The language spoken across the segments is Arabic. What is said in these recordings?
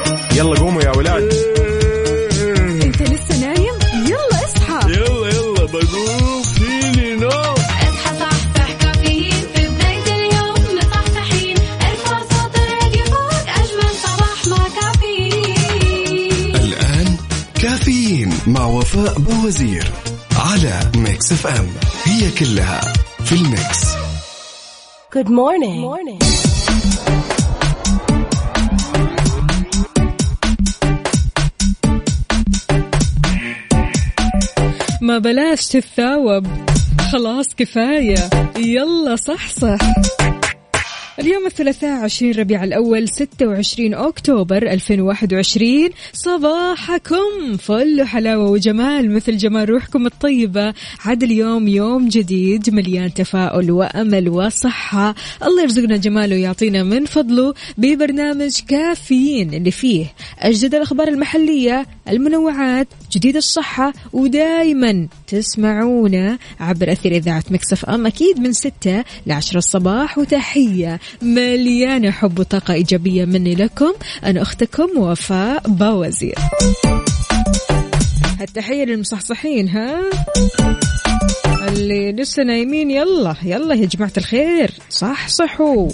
يلا قوموا يا ولاد. انت لسه نايم؟ يلا اصحى. يلا بقوم فيني نوم. اصحى صحصح كافيين في بداية اليوم مصحصحين. ارفع صوت الراديو فوق أجمل صباح مع كافيين. الآن كافيين مع وفاء بوزير على ميكس اف ام. هي كلها في الميكس. Good morning. ما بلاش تتثاوب، خلاص كفاية، يلا صحصح. اليوم الثلاثاء 20 ربيع الأول 26 أكتوبر 2021. صباحكم فل حلاوة وجمال مثل جمال روحكم الطيبة. عاد اليوم يوم جديد مليان تفاؤل وأمل وصحة. الله يرزقنا جماله ويعطينا من فضله ببرنامج كافيين اللي فيه أجدد الأخبار المحلية، المنوعات، جديد الصحة، ودايما تسمعونا عبر أثير إذاعة ميكس اف ام أكيد من 6 ل 10 الصباح. وتحية مليانة حب وطاقة إيجابية مني لكم، أنا أختكم وفاء باوزير. التحية للمصحصحين، ها اللي لسه نايمين، يلا يا جماعة الخير صحصحوا.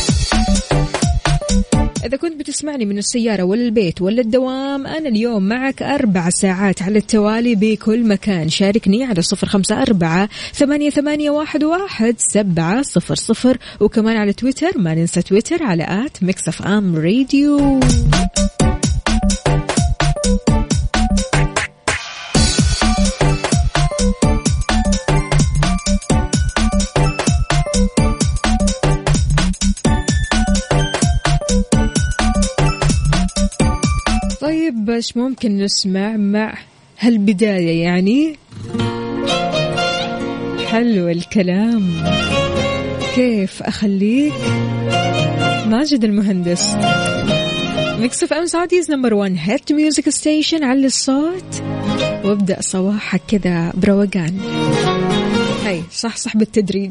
إذا كنت بتسمعني من السيارة ولا البيت ولا الدوام، أنا اليوم معك 4 ساعات على التوالي بكل مكان. شاركني على 0548811700 وكمان على تويتر، ما ننسى تويتر على @mixfmradio. طيب باش ممكن نسمع مع هالبداية؟ يعني حلو الكلام. كيف أخليك؟ ماجد المهندس. ميكس اف ام سعوديز نمبر 1 هيت ميوزك ستيشن. على الصوت وابدأ صباحك كذا بروقان. هاي صح بالتدريج.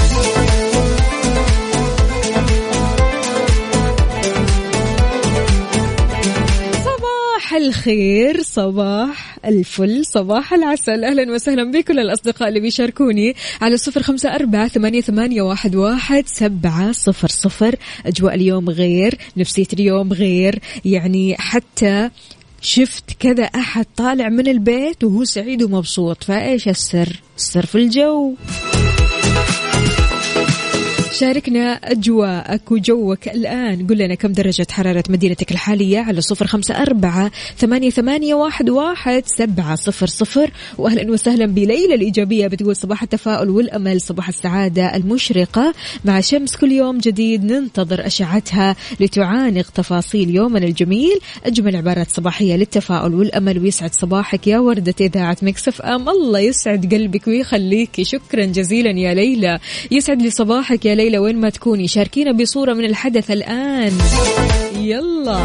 الخير، صباح الفل، صباح العسل. أهلا وسهلا بكل الأصدقاء اللي بيشاركوني على 0548811700. أجواء اليوم غير، نفسية اليوم غير، يعني حتى شفت كذا أحد طالع من البيت وهو سعيد ومبسوط. فإيش السر في الجو. شاركنا أجواءك وجوك الآن. قل لنا كم درجة حرارة مدينتك الحالية على 0548811700. وأهلا وسهلا بليلى الإيجابية، بتقول صباح التفاؤل والأمل، صباح السعادة المشرقة مع شمس كل يوم جديد ننتظر أشعتها لتعانق تفاصيل يومنا الجميل. أجمل عبارات صباحية للتفاؤل والأمل. ويسعد صباحك يا وردة إذاعة ميكس اف ام. الله يسعد قلبك ويخليك. شكرا جزيلا يا ليلى. يسعد لي صباحك يا ليلى وين ما تكوني. شاركينا بصورة من الحدث الآن، يلا.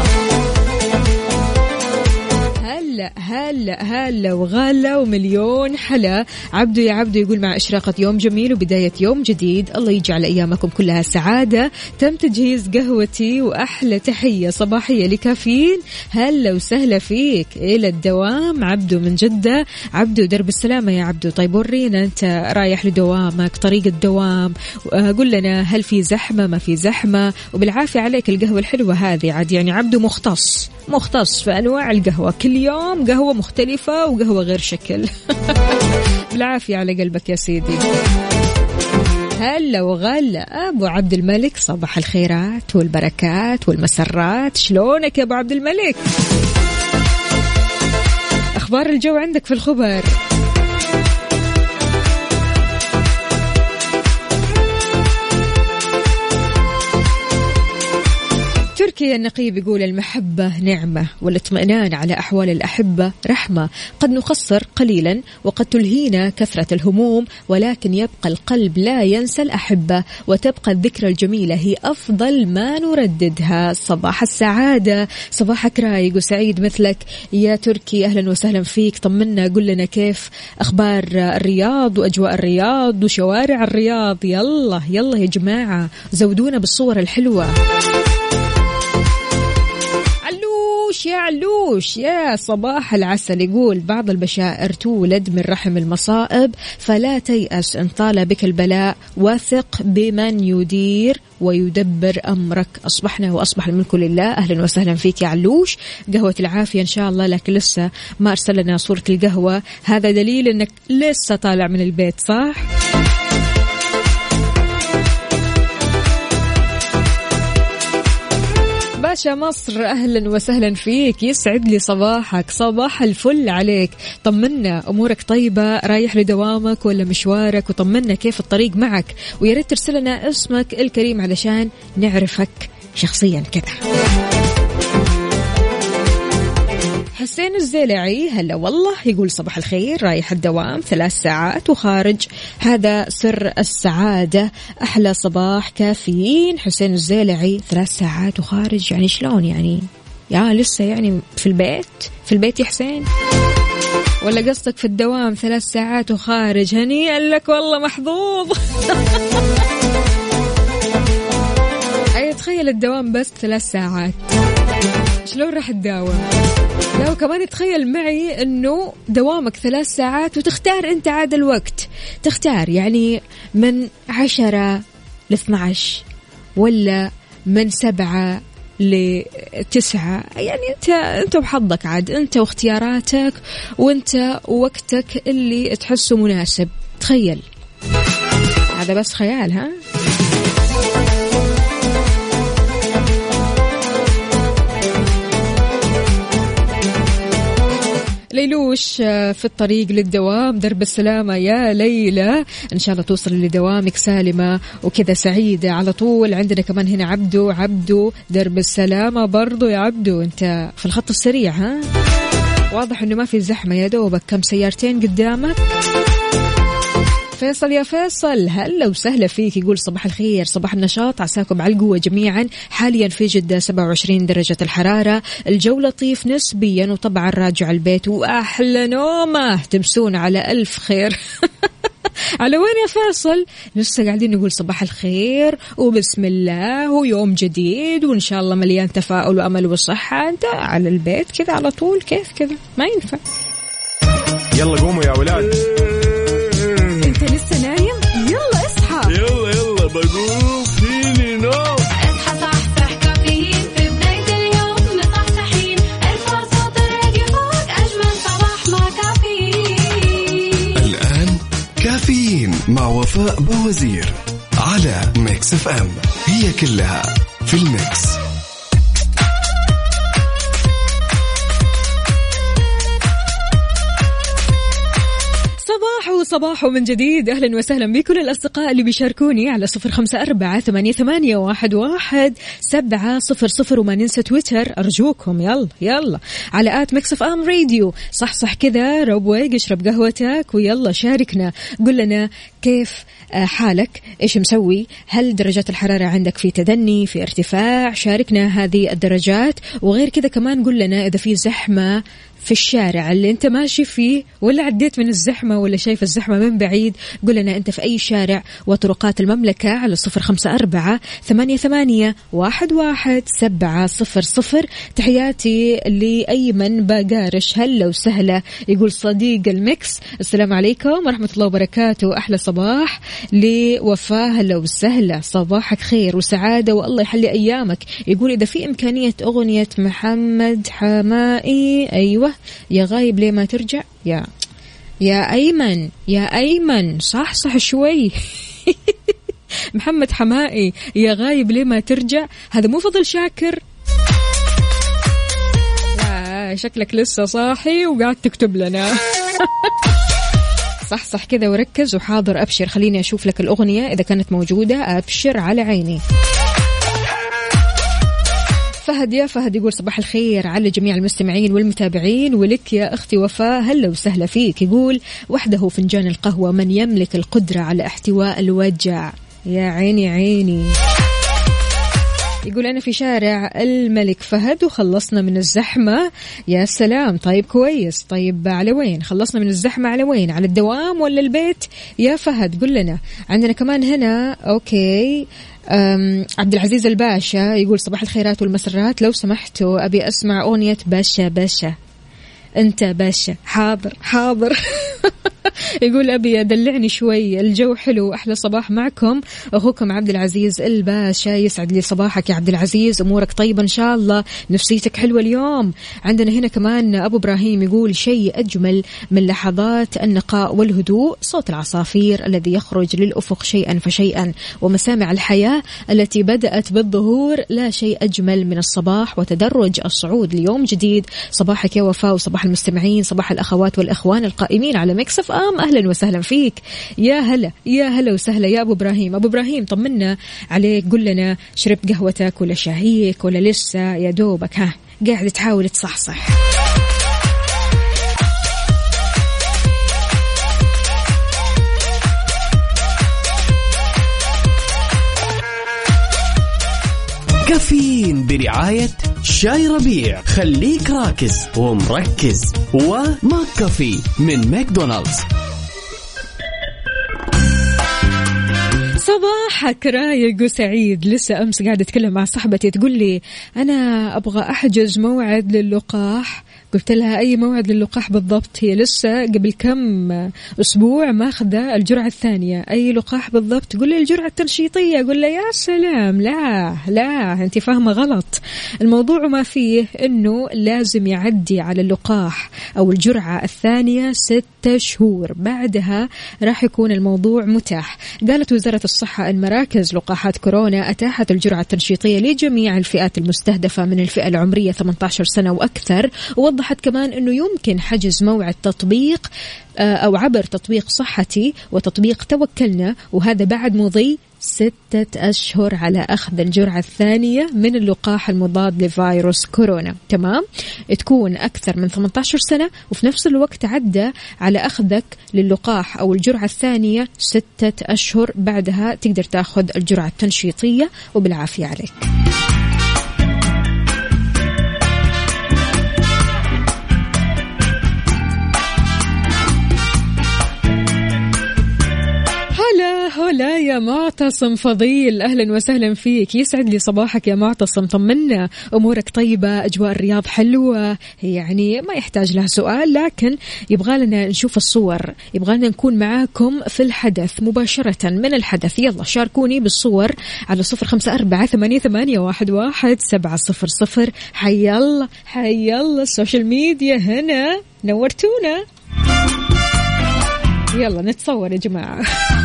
هلا وغالة ومليون حلا. عبدو يا عبدو يقول مع إشراقة يوم جميل وبداية يوم جديد، الله يجعل أيامكم كلها سعادة. تم تجهيز قهوتي وأحلى تحية صباحية لكافيين. هلا وسهلا فيك إلى الدوام. عبدو من جدة. عبدو درب السلامة يا عبدو. طيب ورينا أنت رايح لدوامك، طريق الدوام، قل لنا هل في زحمة ما في زحمة، وبالعافية عليك القهوة الحلوة هذه. عاد يعني عبدو مختص في أنواع القهوة، كل يوم قهوة مختلفة وقهوة غير شكل. بالعافية على قلبك يا سيدي. هلا وغلا أبو عبد الملك، صباح الخيرات والبركات والمسرات. شلونك يا أبو عبد الملك؟ أخبار الجو عندك في الخبر؟ تركي النقيب يقول المحبة نعمة والاطمئنان على أحوال الأحبة رحمة. قد نقصر قليلا وقد تلهينا كثرة الهموم، ولكن يبقى القلب لا ينسى الأحبة، وتبقى الذكرى الجميلة هي أفضل ما نرددها. صباح السعادة، صباحك رايق وسعيد مثلك يا تركي. أهلا وسهلا فيك. طمنا، قل لنا كيف أخبار الرياض وأجواء الرياض وشوارع الرياض. يلا يا جماعة زودونا بالصور الحلوة. علوش يا علوش يا صباح العسل. يقول بعض البشائر تولد من رحم المصائب، فلا تيأس إن طال بك البلاء، وثق بمن يدير ويدبر أمرك. أصبحنا وأصبح الملك لله. أهلا وسهلا فيك يا علوش، قهوة العافية إن شاء الله. لكن لسه ما أرسل لنا صورة القهوة، هذا دليل أنك لسه طالع من البيت صح؟ باشا مصر أهلا وسهلا فيك، يسعد لي صباحك، صباح الفل عليك. طمنا أمورك طيبة، رايح لدوامك ولا مشوارك؟ وطمنا كيف الطريق معك، ويا ريت ترسل لنا اسمك الكريم علشان نعرفك شخصيا كذا. حسين الزيلعي هلا والله، يقول صباح الخير، رايح الدوام 3 ساعات وخارج، هذا سر السعادة، أحلى صباح كافيين. حسين الزيلعي 3 ساعات وخارج، يعني شلون يعني؟ يا لسه يعني في البيت يا حسين، ولا قصدك في الدوام 3 ساعات وخارج؟ هنيئا لك والله، محظوظ. أي تخيل الدوام بس 3 ساعات، شلون راح تداوم؟ لا وكمان تخيل معي أنه دوامك 3 ساعات وتختار أنت عاد الوقت، تختار يعني من 10 ل12 ولا من 7 ل9، يعني أنت بحظك عاد، أنت واختياراتك وأنت وقتك اللي تحسه مناسب. تخيل، هذا بس خيال ها. ليلوش في الطريق للدوام، درب السلامة يا ليلى، إن شاء الله توصل لدوامك سالمة وكذا سعيدة على طول. عندنا كمان هنا عبدو درب السلامة برضو يا عبدو، أنت في الخط السريع ها؟ واضح إنه ما في زحمة، يا دوبك كم سيارتين قدامك. فيصل يا فيصل هلا وسهلا فيك، يقول صباح الخير، صباح النشاط، عساكم على القوة جميعا. حاليا في جدة 27 درجة الحرارة، الجو لطيف نسبيا، وطبعا راجع البيت وأحلى نومة، تمسون على ألف خير. على وين يا فيصل؟ لسه قاعدين نقول صباح الخير وبسم الله ويوم جديد وإن شاء الله مليان تفاؤل وأمل وصحة. أنت على البيت كذا على طول، كيف كذا؟ ما ينفع. يلا قوموا يا ولاد. أنت لسه نايم؟ يلا اصحى. يلا بقوم فيني نوم. اصحى صحصح، كافيين في بداية اليوم مصحصحين، ارفع صوت الراديو فوق، أجمل صباح مع كافيين. الآن كافيين مع وفاء بوزير على ميكس اف ام، هي كلها في الميكس. صباح من جديد، أهلا وسهلا بكل الأصدقاء اللي بيشاركوني على 0548811700، وما ننسى تويتر أرجوكم. يلا على ميكس اف ام راديو. صح كذا، روق، اشرب قهوتك ويلا شاركنا، قل لنا كيف حالك، إيش مسوي، هل درجات الحرارة عندك في تدني، في ارتفاع؟ شاركنا هذه الدرجات، وغير كذا كمان قل لنا إذا في زحمة في الشارع اللي انت ماشي فيه، ولا عديت من الزحمة، ولا شايف الزحمة من بعيد. قل لنا انت في اي شارع وطرقات المملكة على 0548811700. تحياتي لأيمن باقارش، هلا وسهلا، يقول صديق الميكس، السلام عليكم ورحمة الله وبركاته. أحلى صباح لوفاء، هلا وسهلا، صباحك خير وسعادة والله يحلي أيامك. يقول إذا في إمكانية أغنية محمد حمائي، أيوة، يا غايب ليه ما ترجع. يا أيمن صح شوي. محمد حمائي، يا غايب ليه ما ترجع، هذا مو فضل شاكر. لا شكلك لسه صاحي وقاعد تكتب لنا. صح كذا وركز وحاضر، أبشر، خليني أشوف لك الأغنية إذا كانت موجودة، أبشر على عيني. فهد يقول صباح الخير على جميع المستمعين والمتابعين، ولك يا أختي وفاء، هلا وسهلا فيك. يقول وحده فنجان القهوة من يملك القدرة على احتواء الوجع. يا عيني يقول أنا في شارع الملك فهد وخلصنا من الزحمة. يا سلام، طيب كويس. طيب على وين خلصنا من الزحمة؟ على وين؟ على الدوام ولا البيت يا فهد؟ قل لنا. عندنا كمان هنا أوكي عبد العزيز الباشا يقول صباح الخيرات والمسرات، لو سمحتوا أبي أسمع أغنية باشا باشا أنت باشا. حاضر حاضر. يقول أبي أدلعني شوي، الجو حلو. أحلى صباح معكم أخوكم عبد العزيز الباشا. يسعد لي صباحك يا عبد العزيز، أمورك طيبة إن شاء الله، نفسيتك حلوة اليوم. عندنا هنا كمان أبو إبراهيم يقول شيء أجمل من لحظات النقاء والهدوء صوت العصافير الذي يخرج للأفق شيئا فشيئا، ومسامع الحياة التي بدأت بالظهور. لا شيء أجمل من الصباح وتدرج الصعود ليوم جديد. صباحك يا وفاء وصباح المستمعين، صباح الأخوات والأخوان القائمين على ميكس اف ام. أهلا وسهلا فيك، يا هلا يا هلا وسهلا يا أبو إبراهيم. أبو إبراهيم طمنا عليك، قل لنا شربت قهوتك ولا شاهيك ولا لسه يا دوبك ها قاعد تحاول تصحصح؟ كافيين برعاية شاي ربيع، خليك راكز ومركز، وماك كافي من ماكدونالدز. صباحك رايق وسعيد. لسه أمس قاعدة أتكلم مع صاحبتي تقول لي أنا أبغى أحجز موعد للقاح. قلت لها أي موعد للقاح بالضبط؟ هي لسه قبل كم أسبوع ماخذة الجرعة الثانية. أي لقاح بالضبط؟ تقول لي الجرعة التنشيطية. أقول لها يا سلام، لا أنت فاهمة غلط. الموضوع ما فيه إنه لازم يعدي على اللقاح أو الجرعة الثانية 6 شهور، بعدها راح يكون الموضوع متاح. قالت وزارة الصحة أن مراكز لقاحات كورونا أتاحت الجرعة التنشيطية لجميع الفئات المستهدفة من الفئة العمرية 18 سنة وأكثر. ووضحت كمان أنه يمكن حجز موعد تطبيق أو عبر تطبيق صحتي وتطبيق توكلنا، وهذا بعد مضي 6 أشهر على أخذ الجرعة الثانية من اللقاح المضاد لفيروس كورونا. تمام، تكون أكثر من 18 سنة وفي نفس الوقت عدى على أخذك للقاح أو الجرعة الثانية 6 أشهر، بعدها تقدر تأخذ الجرعة التنشيطية وبالعافية عليك. هلا يا معتصم فضيل، أهلا وسهلا فيك، يسعد لي صباحك يا معتصم. طمنا أمورك طيبة؟ أجواء الرياض حلوة، يعني ما يحتاج لها سؤال، لكن يبغى لنا نشوف الصور، يبغى لنا نكون معاكم في الحدث مباشرة من الحدث. يلا شاركوني بالصور على 0548811700. حي الله السوشيال ميديا هنا، نورتونا. يلا نتصور يا جماعة.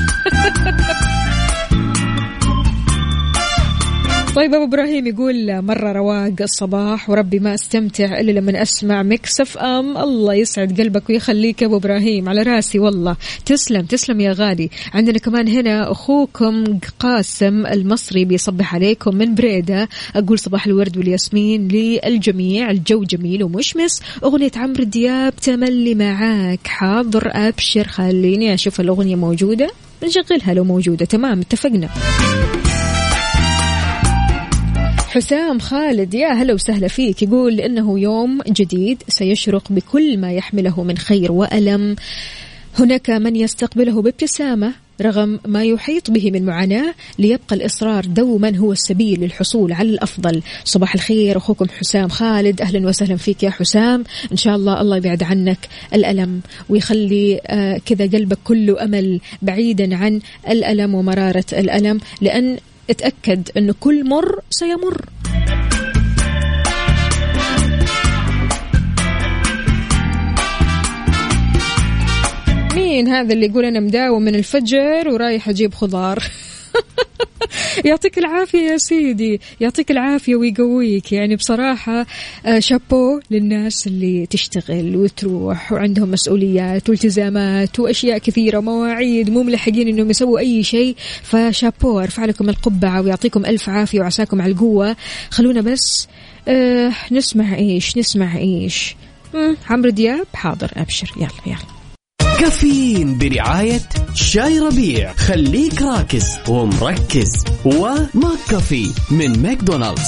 طيب أبو إبراهيم يقول مرة رواق الصباح وربي ما استمتع إلا لما أسمع ميكس اف ام. الله يسعد قلبك ويخليك يا أبو إبراهيم، على راسي والله. تسلم يا غالي. عندنا كمان هنا أخوكم قاسم المصري بيصبح عليكم من بريدة. أقول صباح الورد والياسمين للجميع، الجو جميل ومشمس. أغنية عمرو دياب تملي معاك. حاضر أبشر، خليني أشوف الأغنية موجودة نشغلها لو موجودة. تمام اتفقنا. حسام خالد يا هلا وسهلا فيك، يقول إنه يوم جديد سيشرق بكل ما يحمله من خير وألم. هناك من يستقبله بابتسامة رغم ما يحيط به من معاناة، ليبقى الإصرار دوما هو السبيل للحصول على الأفضل. صباح الخير أخوكم حسام خالد، أهلا وسهلا فيك يا حسام. إن شاء الله يبعد عنك الألم ويخلي كذا قلبك كله أمل بعيدا عن الألم ومرارة الألم، لأن اتأكد أنه كل مر سيمر. مين هذا اللي يقول أنا مداوم من الفجر ورايح أجيب خضار؟ يعطيك العافية يا سيدي، يعطيك العافية ويقويك. يعني بصراحة شابو للناس اللي تشتغل وتروح وعندهم مسؤوليات والتزامات وأشياء كثيرة ومواعيد، مو ملحقين إنهم يسووا أي شيء. فشابو، أرفع لكم القبعة ويعطيكم ألف عافية وعساكم على القوة. خلونا بس نسمع إيش عمرو دياب. حاضر أبشر، يلا كافيين برعاية شاي ربيع، خليك راكز ومركز، وماك كافي من ماكدونالدز.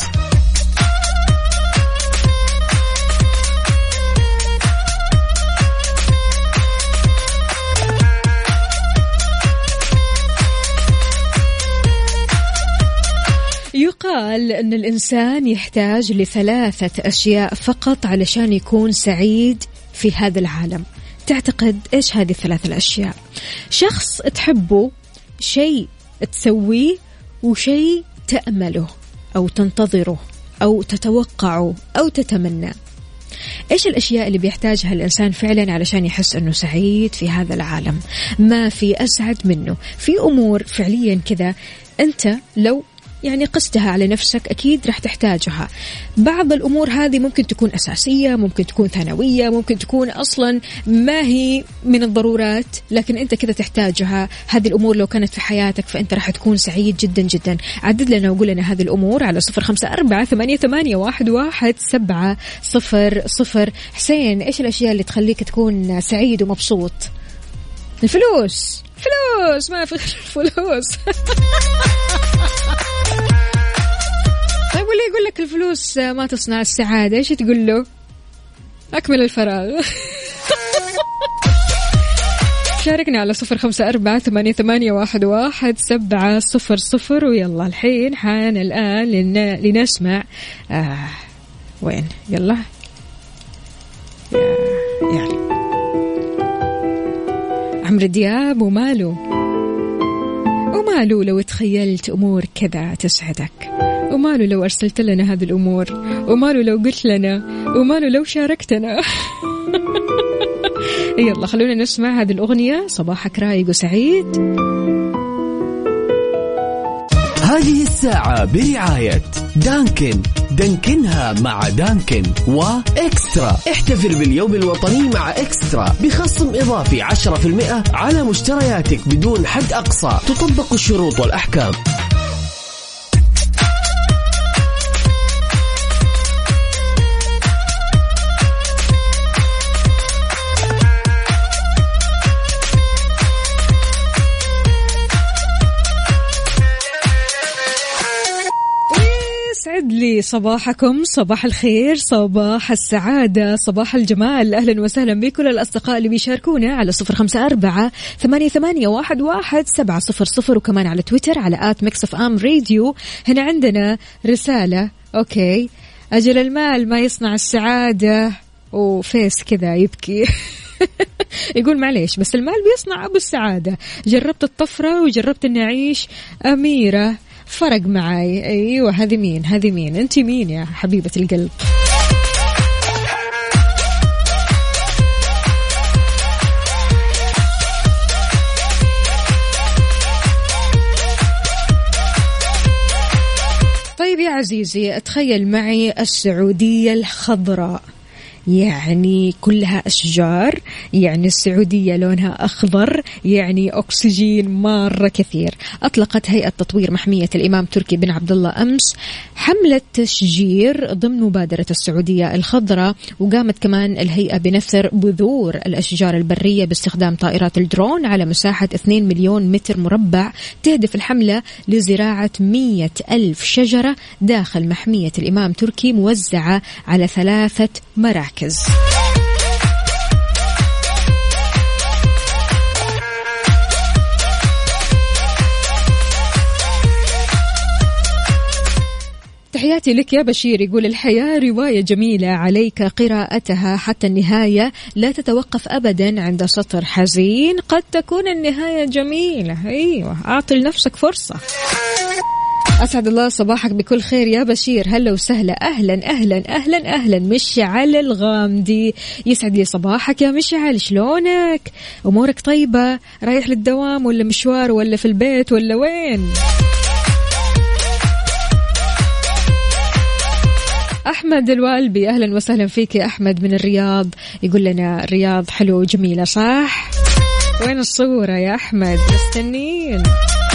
يقال أن الإنسان يحتاج لثلاثة أشياء فقط علشان يكون سعيد في هذا العالم. تعتقد إيش هذه الثلاثة الأشياء؟ شخص تحبه، شيء تسويه، وشيء تأمله أو تنتظره أو تتوقعه أو تتمنى. إيش الأشياء اللي بيحتاجها الإنسان فعلا علشان يحس أنه سعيد في هذا العالم؟ ما في أسعد منه. في أمور فعليا كذا أنت لو يعني قستها على نفسك أكيد رح تحتاجها. بعض الأمور هذه ممكن تكون أساسية، ممكن تكون ثانوية، ممكن تكون أصلا ما هي من الضرورات، لكن أنت كذا تحتاجها. هذه الأمور لو كانت في حياتك فأنت رح تكون سعيد جدا جدا. عدد لنا وقول لنا هذه الأمور على 0548811700. حسين، إيش الأشياء اللي تخليك تكون سعيد ومبسوط؟ الفلوس. فلوس، ما في فلوس. طيب واللي يقول لك الفلوس ما تصنع السعادة، ايش تقول له؟ أكمل الفراغ. شاركنا على 0548811700. ويلا الحين حان الآن لنسمع وين يلا يعني عمرو دياب وماله لو تخيلت أمور كذا تسعدك، وماله لو أرسلت لنا هذه الأمور، وماله لو قلت لنا، وماله لو شاركتنا. يلا خلونا نسمع هذه الأغنية. صباحك رايق وسعيد. هذه الساعة برعاية دانكن، دانكنها مع دانكن، وإكسترا. احتفل باليوم الوطني مع إكسترا بخصم إضافي 10% على مشترياتك بدون حد أقصى. تطبق الشروط والأحكام. لي صباحكم، صباح الخير، صباح السعادة، صباح الجمال. أهلا وسهلا بكل الأصدقاء اللي بيشاركونا على 0548811700 وكمان على تويتر على @mixofamradio. هنا عندنا رسالة. أوكي، أجل المال ما يصنع السعادة، وفيس كذا يبكي. يقول معليش بس المال بيصنع أبو السعادة. جربت الطفرة وجربت أن أعيش أميرة، فرق معاي. أيوة، هذه مين أنت مين يا حبيبة القلب؟ طيب يا عزيزي، أتخيل معي السعودية الخضراء، يعني كلها أشجار، يعني السعودية لونها أخضر، يعني أكسجين مرة كثير. أطلقت هيئة تطوير محمية الإمام تركي بن عبد الله أمس حملة تشجير ضمن مبادرة السعودية الخضراء، وقامت كمان الهيئة بنثر بذور الأشجار البرية باستخدام طائرات الدرون على مساحة 2 مليون متر مربع. تهدف الحملة لزراعة 100,000 شجرة داخل محمية الإمام تركي موزعة على 3 مراكز. تحياتي لك يا بشير. يقول الحياة رواية جميلة، عليك قراءتها حتى النهاية، لا تتوقف أبدا عند سطر حزين، قد تكون النهاية جميلة. أيوة، أعطي لنفسك فرصة. أسعد الله صباحك بكل خير يا بشير. هلا وسهلا، أهلا أهلا أهلا أهلا. مشعل الغامدي، يسعد لي صباحك يا مشعل، شلونك؟ أمورك طيبة؟ رايح للدوام ولا مشوار ولا في البيت ولا وين؟ أحمد الوالبي، أهلا وسهلا فيك يا أحمد من الرياض. يقول لنا الرياض حلو وجميلة صح؟ وين الصورة يا أحمد؟ مستنين.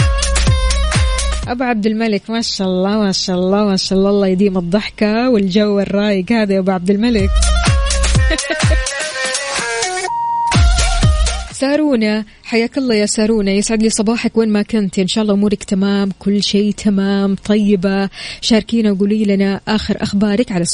أبو عبد الملك، ما شاء الله ما شاء الله ما شاء الله، الله يديم الضحكة والجو الرايق هذا يا أبو عبد الملك. سارونا، حياك الله يا سارونا، يسعد لي صباحك وين ما كنت، إن شاء الله أمورك تمام، كل شيء تمام طيبة. شاركينا وقولي لنا آخر أخبارك على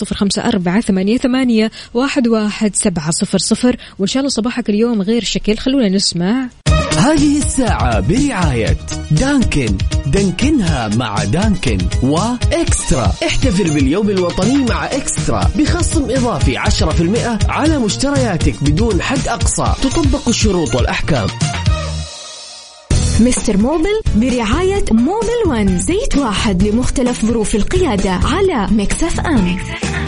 0548811700، وإن شاء الله صباحك اليوم غير شكل. خلونا نسمع. هذه الساعة برعاية دانكن، دانكنها مع دانكن وإكسترا. احتفل باليوم الوطني مع إكسترا بخصم إضافي 10% على مشترياتك بدون حد أقصى. تطبق الشروط والأحكام. مستر موبل برعاية موبل ون، زيت واحد لمختلف ظروف القيادة على ميكس اف ام.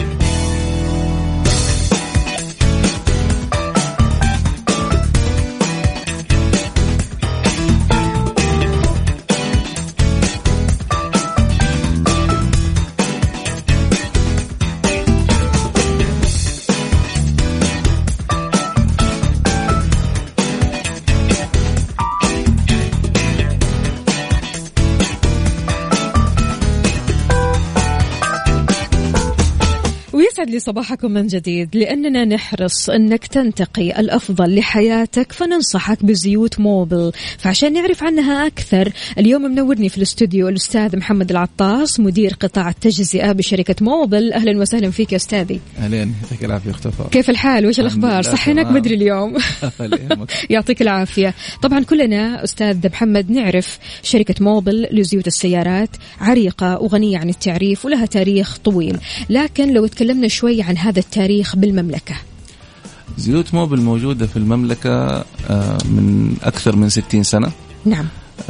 يسعد لي صباحكم من جديد. لأننا نحرص أنك تنتقي الأفضل لحياتك فننصحك بزيوت موبل. فعشان نعرف عنها أكثر اليوم منورني في الاستوديو الأستاذ محمد العطاس، مدير قطاع التجزئة بشركة موبل. أهلا وسهلا فيك يا أستاذي. أهلين، يعطيك العافية اختفى. كيف الحال وش الأخبار؟ صحيناك بدري اليوم. يعطيك العافية. طبعا كلنا أستاذ محمد نعرف شركة موبل لزيوت السيارات عريقة وغنية عن التعريف ولها تاريخ طويل، لكن لو تكلمنا شوي عن هذا التاريخ بالمملكة. زيوت موبل موجودة في المملكة من أكثر من 60 سنة. نعم.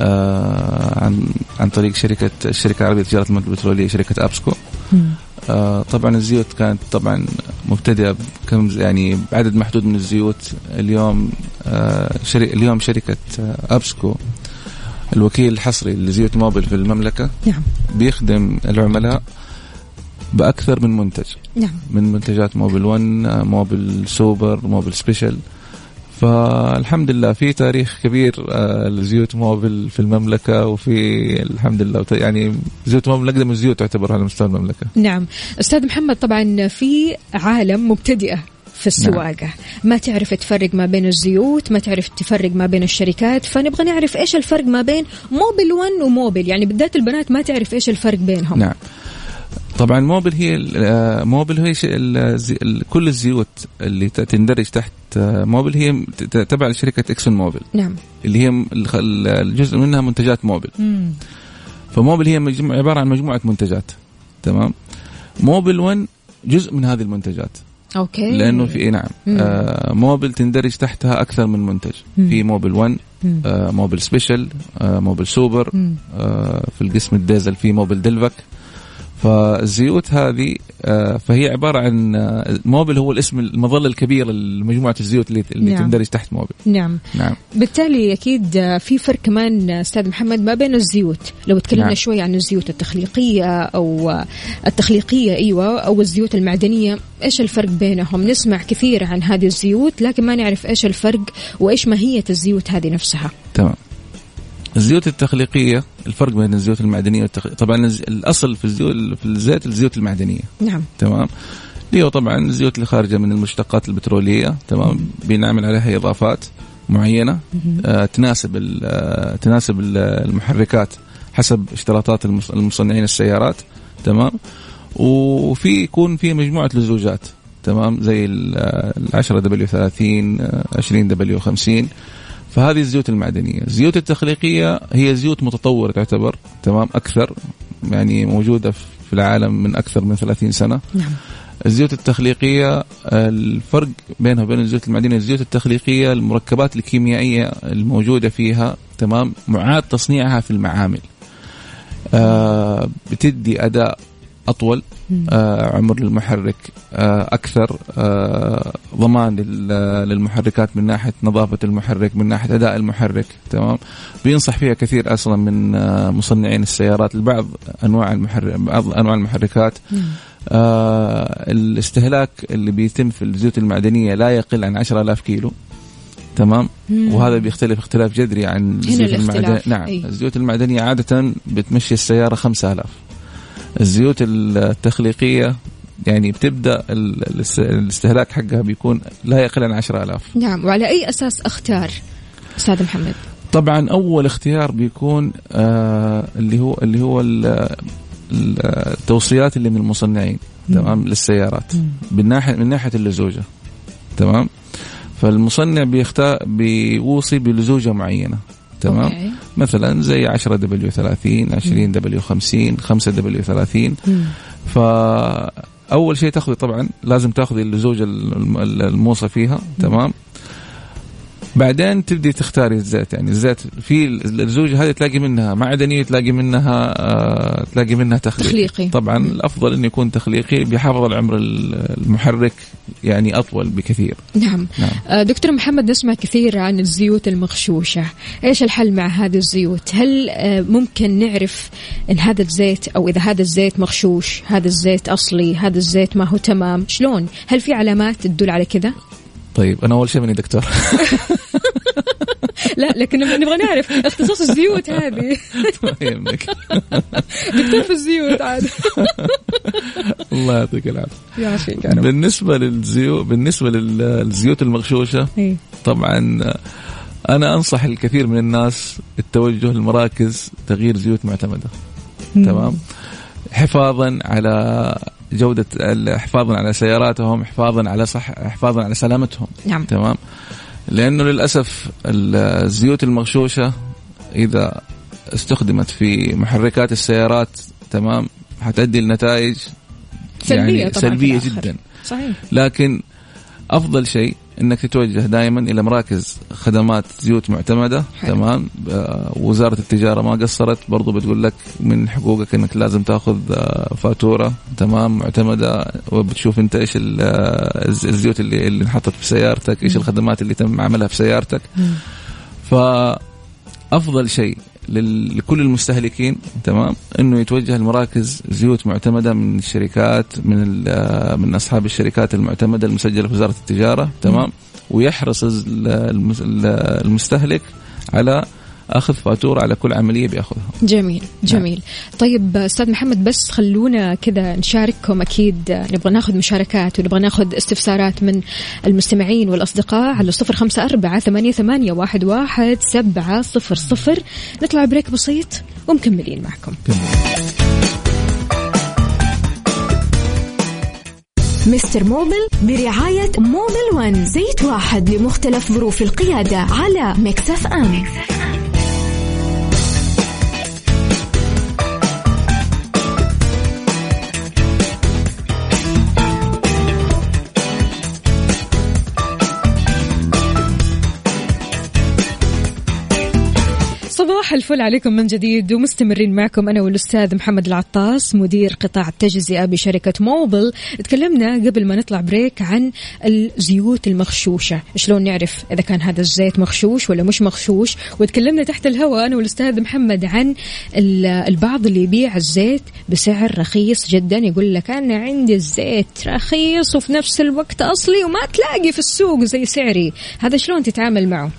عن طريق الشركة العربية لتجارة المواد البترولية، شركة أبسكو. طبعا الزيوت كانت طبعا مبتدئة يعني بعدد محدود من الزيوت. اليوم شركة أبسكو الوكيل الحصري لزيوت موبل في المملكة. نعم. بيخدم العملاء بأكثر من منتج. نعم. من منتجات موبل ون، موبل سوبر، موبل سبيشل. فالحمد لله في تاريخ كبير لزيوت موبل في المملكة، وفي الحمد لله يعني زيوت موبل أقدم الزيوت تعتبر على مستوى المملكة. نعم. أستاذ محمد، طبعا في عالم مبتدئة في السواقة. نعم. ما تعرف تفرق ما بين الزيوت، ما تعرف تفرق ما بين الشركات، فنبغى نعرف إيش الفرق ما بين موبل ون وموبل، يعني بالذات البنات ما تعرف إيش الفرق بينهم. نعم. طبعا موبل هي كل الزيوت اللي تندرج تحت موبل هي تبع لشركة إكسون موبل. نعم. اللي هي الجزء منها منتجات موبل. فموبل هي عبارة عن مجموعة منتجات. تمام. موبل ون جزء من هذه المنتجات. أوكي. لأنه في نعم موبل تندرج تحتها أكثر من منتج. في موبل ون، موبل سبيشل، موبل سوبر، في القسم الديزل في موبل دلفك. فالزيوت هذه فهي عبارة عن موبل هو الاسم المظلة الكبيرة لمجموعة الزيوت اللي نعم. تندرج تحت موبل. نعم. نعم. بالتالي أكيد في فرق كمان أستاذ محمد ما بين الزيوت. لو تكلمنا نعم. شوي عن الزيوت التخليقية أو التخليقية أيوة أو الزيوت المعدنية، إيش الفرق بينهم؟ نسمع كثير عن هذه الزيوت لكن ما نعرف إيش الفرق وإيش ماهية الزيوت هذه نفسها. تمام. الزيوت التخليقية الفرق بين الزيوت المعدنية طبعا الأصل في الزيوت المعدنية. نعم. تمام. ليه طبعا الزيوت اللي خارجة من المشتقات البترولية. تمام. بنعمل عليها إضافات معينة تناسب المحركات حسب اشتراطات المصنعين السيارات. تمام. وفي يكون في مجموعة لزوجات. تمام. زي 10W30 20W50. فهذه الزيوت المعدنية. الزيوت التخليقية هي زيوت متطورة تعتبر. تمام. أكثر يعني موجودة في العالم من أكثر من 30 سنة. نعم. الزيوت التخليقية الفرق بينها وبين الزيوت المعدنية، الزيوت التخليقية المركبات الكيميائية الموجودة فيها تمام معاد تصنيعها في المعامل. بتدي أداء أطول، عمر للمحرك أكثر، ضمان للمحركات من ناحية نظافة المحرك، من ناحية أداء المحرك. تمام. بينصح فيها كثير أصلا من مصنعين السيارات لبعض أنواع المحركات. الاستهلاك اللي بيتم في الزيوت المعدنية لا يقل عن 10,000 كيلو. تمام. وهذا بيختلف اختلاف جذري عن الزيوت المعدنية. نعم. الزيوت المعدنية عادة بتمشي السيارة 5,000. الزيوت التخليقية يعني بتبدأ الاستهلاك حقها بيكون لا يقل عن 10,000. نعم. وعلى أي أساس أختار أستاذ محمد؟ طبعا أول اختيار بيكون اللي هو التوصيات اللي من المصنعين تمام للسيارات من ناحية اللزوجة. تمام. فالمصنع بيوصي بلزوجة معينة. تمام. أوكي. مثلا زي 10W30 20W50 5W30. فأول شيء تأخذي طبعا لازم تأخذي اللزوجة الموصى فيها. تمام. بعدين تبدي تختاري الزيت. يعني الزيت في الزوجة هذه تلاقي منها معدني تلاقي منها تخليقي. طبعا الأفضل إنه يكون تخليقي بيحافظ على عمر المحرك يعني أطول بكثير. نعم. دكتور محمد، نسمع كثير عن الزيوت المغشوشة. إيش الحل مع هذه الزيوت؟ هل ممكن نعرف إن هذا الزيت أو إذا هذا الزيت مغشوش، هذا الزيت أصلي، هذا الزيت ما هو تمام؟ شلون؟ هل في علامات تدل على كذا؟ طيب أنا أول شيء مني دكتور. لا لكن نبغى نعرف اختصاص الزيوت هذه. دكتور في الزيوت عاد. الله يعطيك العافية. يعافيك. بالنسبة للزيوت المغشوشة طبعا أنا أنصح الكثير من الناس التوجه لمراكز تغيير زيوت معتمدة. تمام. حفاظا على جودة، حفاظا على سياراتهم، حفاظا على سلامتهم. نعم. تمام. لأنه للأسف الزيوت المغشوشة إذا استخدمت في محركات السيارات تمام حتؤدي لنتائج سلبية جدا. صحيح. لكن أفضل شيء إنك تتوجه دائما إلى مراكز خدمات زيوت معتمدة. حلو. تمام. وزارة التجارة ما قصرت برضو بتقول لك من حقوقك إنك لازم تأخذ فاتورة تمام معتمدة، وبتشوف أنت إيش الزيوت اللي انحطت في سيارتك، إيش الخدمات اللي تم عملها في سيارتك. فأفضل شيء لكل المستهلكين تمام إنه يتوجه لمراكز زيوت معتمدة من الشركات، من أصحاب الشركات المعتمدة المسجلة في وزارة التجارة. تمام. ويحرص المستهلك على أخذ فاتورة على كل عملية بيأخذها. جميل. جميل. طيب أستاذ محمد، بس خلونا كذا نشارككم، أكيد نبغى ناخذ مشاركات ونبغى ناخذ استفسارات من المستمعين والأصدقاء على 0548811700. نطلع بريك بسيط ومكملين معكم. مستر موبل برعاية موبل ون، زيت واحد لمختلف ظروف القيادة على ميكس اف ام. صباح الفل عليكم من جديد، ومستمرين معكم أنا والأستاذ محمد العطاس مدير قطاع التجزئة بشركة موبل. تكلمنا قبل ما نطلع بريك عن الزيوت المغشوشة، شلون نعرف إذا كان هذا الزيت مغشوش ولا مش مغشوش. وتكلمنا تحت الهواء أنا والأستاذ محمد عن البعض اللي يبيع الزيت بسعر رخيص جدا، يقول لك أنا عندي الزيت رخيص وفي نفس الوقت أصلي وما تلاقي في السوق زي سعري. هذا شلون تتعامل معه؟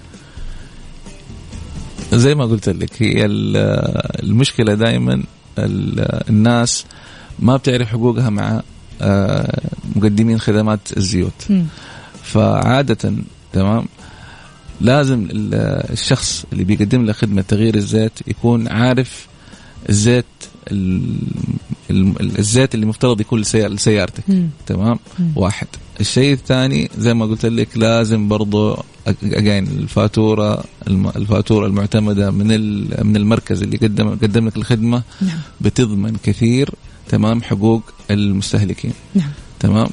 زي ما قلت لك، هي المشكلة دائما الناس ما بتعرف حقوقها مع مقدمين خدمات الزيوت. فعادة تمام لازم الشخص اللي بيقدم له خدمة تغيير الزيت يكون عارف الزيت اللي مفترض يكون لسيارتك. تمام. واحد. الشيء الثاني زي ما قلت لك لازم برضو الفاتورة المعتمدة من المركز اللي قدم لك الخدمة. نعم. بتضمن كثير تمام حقوق المستهلكين. نعم. تمام.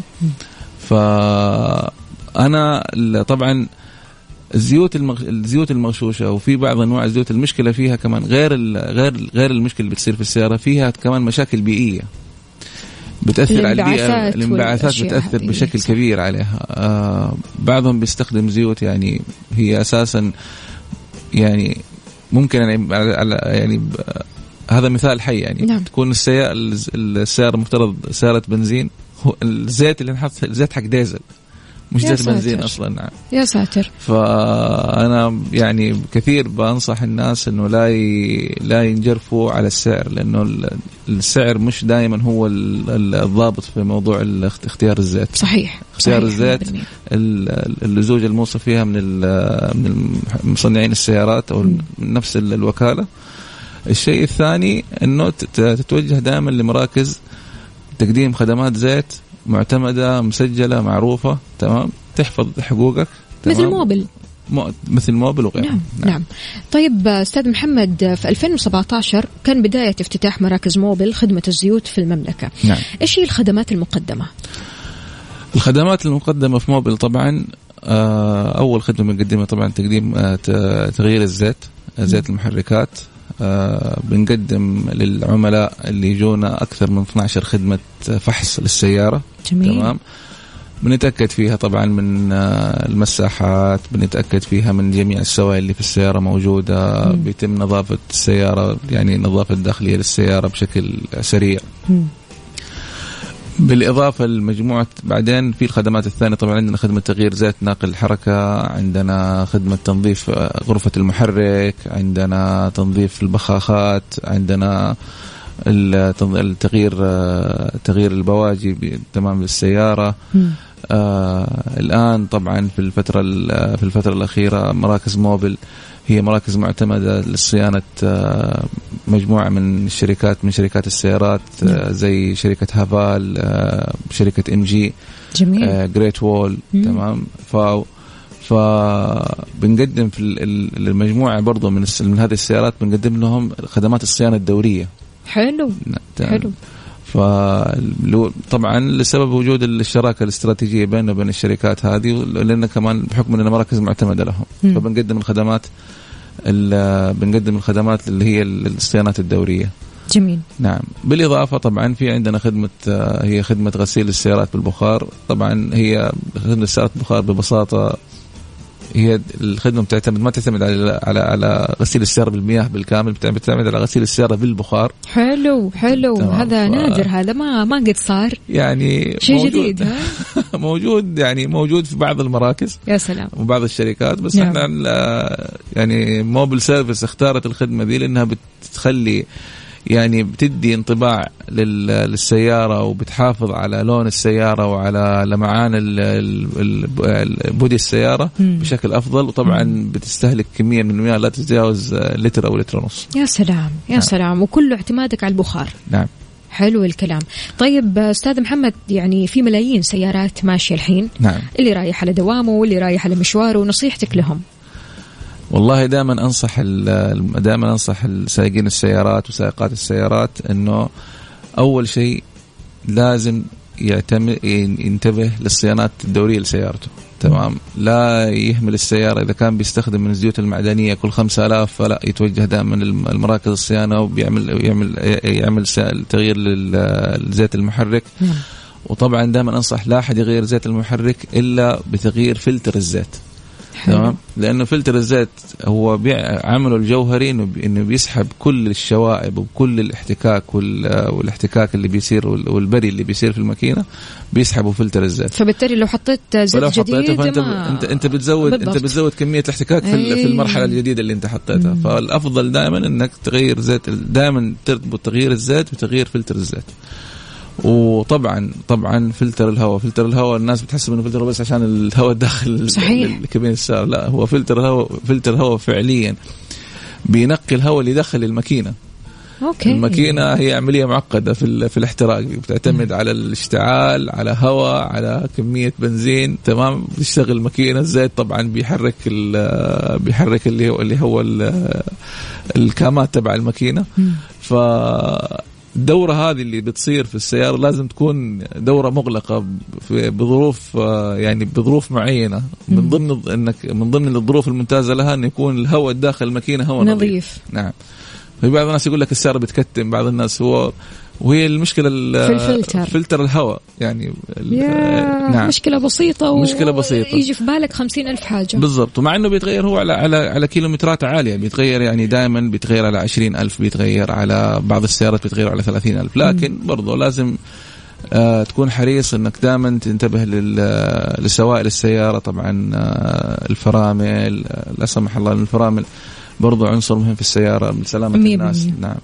فأنا طبعا الزيوت المغشوشة وفي بعض أنواع الزيوت المشكلة فيها كمان غير المشكلة اللي بتصير في السيارة، فيها كمان مشاكل بيئية بتأثر على البيئة. الانبعاثات بتأثر بشكل كبير عليها. بعضهم بيستخدم زيوت يعني هي أساسا يعني ممكن يعني هذا مثال حي يعني. نعم. تكون السيارة مفترض سيارة بنزين، الزيت اللي نحط الزيت حق ديزل، مش يا زيت بنزين ساتر. أصلا. نعم. يا ساتر. فأنا يعني كثير بنصح الناس إنه لا ينجرفوا على السعر، لأنه السعر مش دائما هو الضابط في موضوع اختيار الزيت. صحيح. اختيار صحيح. الزيت، اللزوج الموصى فيها من مصنعين السيارات أو من نفس الوكالة. الشيء الثاني إنه تتوجه دائما لمراكز تقديم خدمات زيت معتمدة مسجلة معروفة، تمام، تحفظ حقوقك، تمام؟ مثل موبل وغيره. نعم. نعم. طيب أستاذ محمد، في 2017 كان بداية افتتاح مراكز موبل خدمة الزيوت في المملكة. نعم. إيش هي الخدمات المقدمة؟ الخدمات المقدمة في موبل طبعا أول خدمة بنقدمها طبعا تقديم تغيير الزيت، زيت المحركات. بنقدم للعملاء اللي يجونا أكثر من 12 خدمة فحص للسيارة. جميل. تمام. بنتأكد فيها طبعا من المساحات، بنتأكد فيها من جميع السوائل اللي في السيارة موجودة. بيتم نظافة السيارة، يعني نظافة داخلية للسيارة بشكل سريع. بالإضافة لمجموعة بعدين في الخدمات الثانية طبعا عندنا خدمة تغيير زيت ناقل الحركة، عندنا خدمة تنظيف غرفة المحرك، عندنا تنظيف البخاخات، عندنا تغيير البواجي تمام للسيارة. الآن طبعا في الفترة الأخيرة مراكز موبل هي مراكز معتمدة للصيانة مجموعة من شركات السيارات، زي شركة هافال، شركة MG، جميل. جريت وول. تمام. فبنقدم في المجموعة برضو من هذه السيارات بنقدم لهم خدمات الصيانة الدورية. حلو. حلو. طبعا لسبب وجود الشراكة الاستراتيجية بيننا وبين الشركات هذه، لأن كمان بحكم أننا مراكز معتمدة لهم، فبنقدم الخدمات اللي هي الصيانات الدورية. جميل. نعم. بالإضافة طبعا في عندنا هي خدمة غسيل السيارات بالبخار. طبعا هي خدمة السيارات بالبخار ببساطة هي الخدمة ما تعتمد على غسيل السيارة بالمياه بالكامل، بتعتمد على غسيل السيارة بالبخار. حلو. هذا نادر، هذا ما قد صار، يعني شيء جديد. ها؟ موجود في بعض المراكز. يا سلام. وبعض الشركات، بس نعم. احنا يعني موبل سيرفيس اختارت الخدمة دي لأنها بتخلي يعني بتدي انطباع للسيارة، وبتحافظ على لون السيارة وعلى لمعان بودي السيارة بشكل أفضل. وطبعا بتستهلك كمية من المياه لا تتجاوز لتر أو لتر ونص. يا سلام. يا سلام. وكله اعتمادك على البخار. نعم. حلو الكلام. طيب أستاذ محمد، يعني في ملايين سيارات ماشية الحين. نعم. اللي رايح على دوامه واللي رايح على مشواره، ونصيحتك لهم؟ والله دائما أنصح السائقين السيارات وسائقات السيارات إنه أول شيء لازم ينتبه للصيانات الدورية لسيارته. تمام. لا يهمل السيارة إذا كان بيستخدم من الزيوت المعدنية كل 5000، فلا يتوجه دائما المراكز الصيانة ويعمل تغيير للزيت المحرك. وطبعا دائما أنصح لا أحد يغير زيت المحرك إلا بتغيير فلتر الزيت. تمام. لأنه فلتر الزيت هو عمله الجوهري إنه بيسحب كل الشوائب وكل الاحتكاك والاحتكاك اللي بيصير والبري اللي بيصير في الماكينة بيسحبه فلتر الزيت. فبالتالي لو حطيت زيت جديد انت بتزود كمية الاحتكاك في المرحلة الجديدة اللي انت حطيتها. فالأفضل دائما انك تغير زيت، دائما تربط تغيير الزيت بتغيير فلتر الزيت. وطبعا فلتر الهواء الناس بتحسب انه فلتر بس عشان الهواء داخل الكابين السيارة. لا، هو فلتر الهواء فعليا بينقي الهواء اللي داخل الماكينة. أوكي. الماكينة هي عملية معقدة في الاحتراق، بتعتمد على الاشتعال، على هواء، على كمية بنزين. تمام. بتشتغل الماكينة. الزيت طبعا بيحرك اللي هو الكامات تبع الماكينة. الدورة هذه اللي بتصير في السيارة لازم تكون دورة مغلقة بظروف معينة. من ضمن الظروف الممتازة لها أن يكون الهواء داخل الماكينة هواء نظيف. نعم. في بعض الناس يقول لك السيارة بتكتم، بعض الناس وهي المشكلة في فلتر الهواء. يعني نعم. مشكلة بسيطة يجي في بالك 50,000 حاجة. بالضبط. ومع أنه بيتغير هو على كيلومترات عالية، بيتغير يعني دائما بيتغير على 20,000، بيتغير على بعض السيارات بيتغير على 30,000. لكن برضو لازم تكون حريص انك دائما تنتبه لسوائل السيارة. طبعا الفرامل، لا سمح الله الفرامل برضو عنصر مهم في السيارة من سلامة الناس. نعم.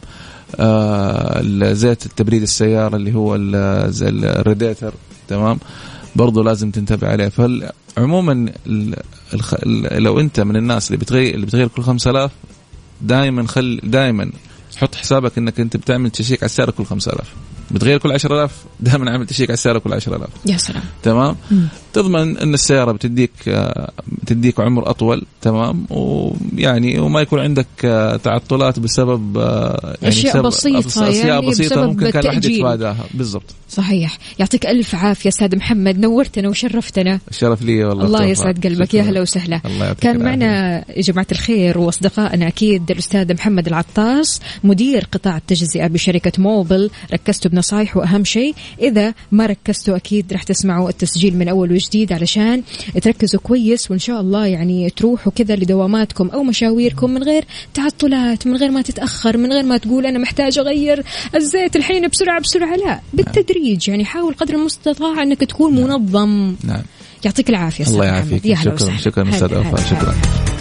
زيت التبريد السيارة اللي هو الراديتر، تمام، برضو لازم تنتبه عليه. فعموما لو انت من الناس اللي بتغير كل 5000، دائما حط حسابك انك انت بتعمل تشيك على السيارة كل 5000. بتغير كل 10,000، دائما عامل تشيك على السيارة كل 10,000. يا سلام. تمام. تضمن ان السيارة بتديك عمر اطول، تمام، ويعني وما يكون عندك تعطلات بسبب اشياء بسيطة، اشياء بسيطة ممكن كان الواحد التأجيل. يتفاداها. بالضبط. صحيح. يعطيك الف عافية استاذ محمد، نورتنا وشرفتنا. الشرف لي والله. الله يسعد قلبك، يا هلا وسهلا. كان معنا يا جماعة الخير واصدقائنا اكيد الاستاذ محمد العطاس، مدير قطاع التجزئة بشركة موبل. ركزتوا بنصايح، واهم شيء اذا ما ركزتوا اكيد راح تسمعوا التسجيل من اول وجديد علشان تركزوا كويس، وان شاء الله يعني تروحوا كذا لدواماتكم او مشاويركم من غير تعطلات، من غير ما تتاخر، من غير ما تقول انا محتاج اغير الزيت الحين بسرعه. لا، بالتدريج، يعني حاول قدر المستطاع انك تكون منظم. نعم. يعطيك العافيه. الله يعافيك. شكرا استاذ وفاء. شكرا.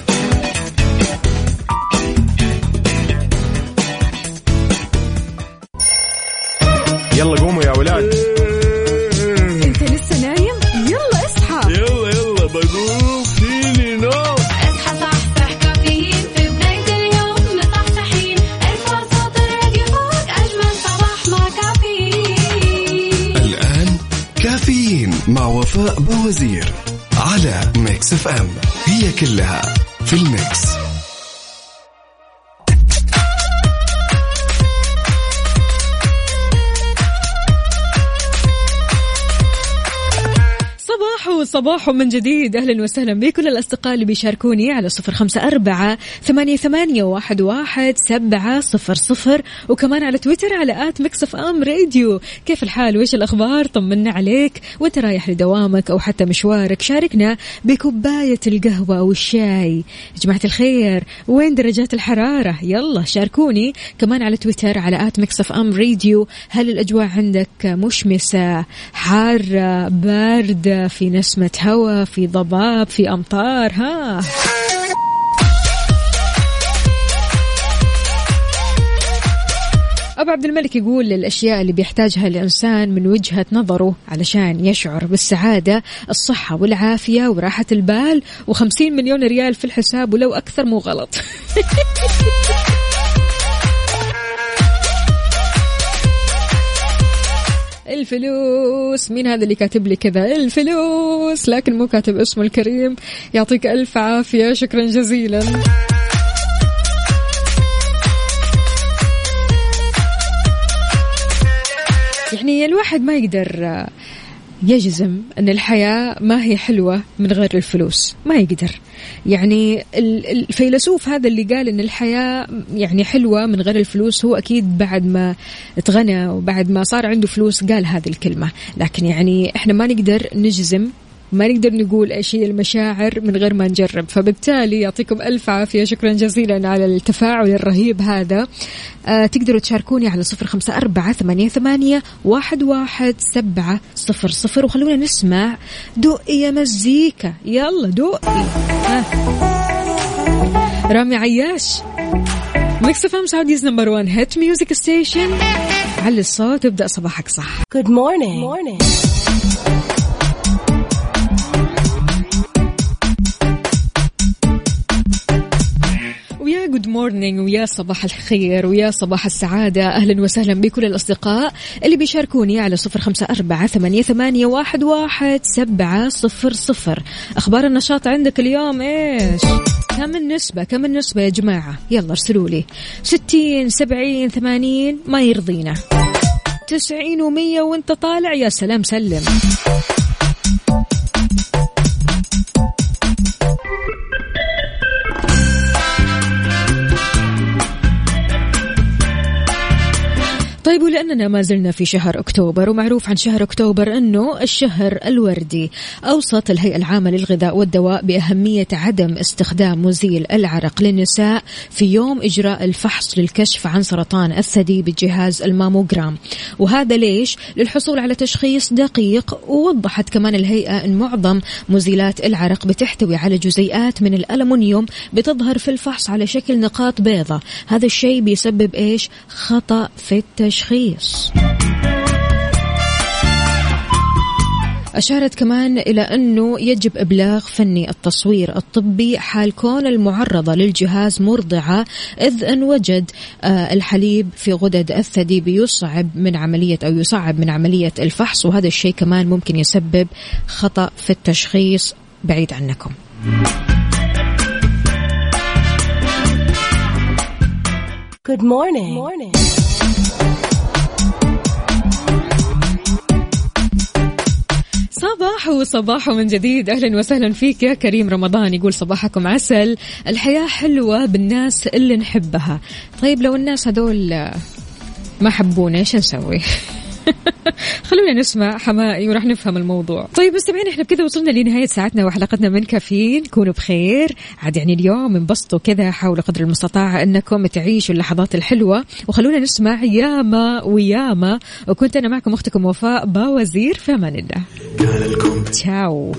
يلا قوموا يا ولاد. انت لسه نايم؟ يلا اصحى. يلا بقوم فيني نوم. اصحى صحصح كافيين في بداية اليوم مصحصحين. ارفع صوت الراديو فوق أجمل صباح مع كافيين. الآن كافيين مع وفاء بوزير على ميكس اف ام. هي كلها في الميكس. صباح من جديد. أهلا وسهلا بكل الأصدقاء اللي بيشاركوني على 0548811700 وكمان على تويتر على @mixfmradio. كيف الحال وإيش الأخبار؟ طمنا عليك وانت رايح لدوامك أو حتى مشوارك. شاركنا بكوباية القهوة أو الشاي. يا جماعة الخير وين درجات الحرارة؟ يلا شاركوني كمان على تويتر على @mixfmradio. هل الأجواء عندك مشمسة، حارة، باردة، في نسمة هواء، في ضباب، في أمطار؟ أبو عبد الملك يقول الأشياء اللي بيحتاجها الإنسان من وجهة نظره علشان يشعر بالسعادة: الصحة والعافية وراحة البال و50 مليون ريال في الحساب ولو أكثر. مو غلط. الفلوس. مين هذا اللي كاتب لي كذا؟ الفلوس، لكن مو كاتب اسمه الكريم. يعطيك ألف عافية، شكرا جزيلا. يعني الواحد ما يقدر يجزم أن الحياة ما هي حلوة من غير الفلوس، ما يقدر. يعني الفيلسوف هذا اللي قال أن الحياة يعني حلوة من غير الفلوس هو أكيد بعد ما اتغنى وبعد ما صار عنده فلوس قال هذه الكلمة. لكن يعني إحنا ما نقدر نجزم، ما نقدر نقول أي شيء المشاعر من غير ما نجرب. فبالتالي يعطيكم ألف عافية، شكرا جزيلا على التفاعل الرهيب هذا. تقدروا تشاركوني على 0548811700 وخلونا نسمع دقي يا مزيكا. يلا دقي. رامي عياش. ميكس اف ام سعوديز نمبر 1 هيت ميوزك ستيشن. على الصوت وابدأ صباحك صح. Good morning. ويا جود مورنينج ويا صباح الخير ويا صباح السعادة. أهلا وسهلا بكل الأصدقاء اللي بيشاركوني على 0548811700. أخبار النشاط عندك اليوم إيش؟ كم النسبة يا جماعة؟ يلا ارسلوا لي. 60 70 80 ما يرضينا. 90 و100 وانت طالع يا سلام سلم. طيب لأننا ما زلنا في شهر أكتوبر، ومعروف عن شهر أكتوبر أنه الشهر الوردي. أوصت الهيئة العامة للغذاء والدواء بأهمية عدم استخدام مزيل العرق للنساء في يوم إجراء الفحص للكشف عن سرطان الثدي بجهاز الماموغرام، وهذا ليش؟ للحصول على تشخيص دقيق. ووضحت كمان الهيئة أن معظم مزيلات العرق بتحتوي على جزيئات من الألمنيوم بتظهر في الفحص على شكل نقاط بيضاء. هذا الشيء بيسبب إيش؟ خطأ في التشخيص. أشارت كمان إلى أنه يجب إبلاغ فني التصوير الطبي حال كون المعرضة للجهاز مرضعة، إذ أن وجد الحليب في غدد الثدي بيصعب من عملية الفحص، وهذا الشيء كمان ممكن يسبب خطأ في التشخيص. بعيد عنكم. Good morning. صباح من جديد. أهلا وسهلا فيك يا كريم رمضان. يقول صباحكم عسل، الحياة حلوة بالناس اللي نحبها. طيب لو الناس هذول ما حبونا إيش نسوي؟ خلونا نسمع حمائي وراح نفهم الموضوع. طيب مستمعين، احنا بكذا وصلنا لنهاية ساعتنا وحلقتنا من كافيين. كونوا بخير عاد، يعني اليوم انبسطوا كذا، حاولوا قدر المستطاع انكم تعيشوا اللحظات الحلوة، وخلونا نسمع ياما وياما. وكنت انا معكم اختكم وفاء باوزير، في امان الله. تشاو.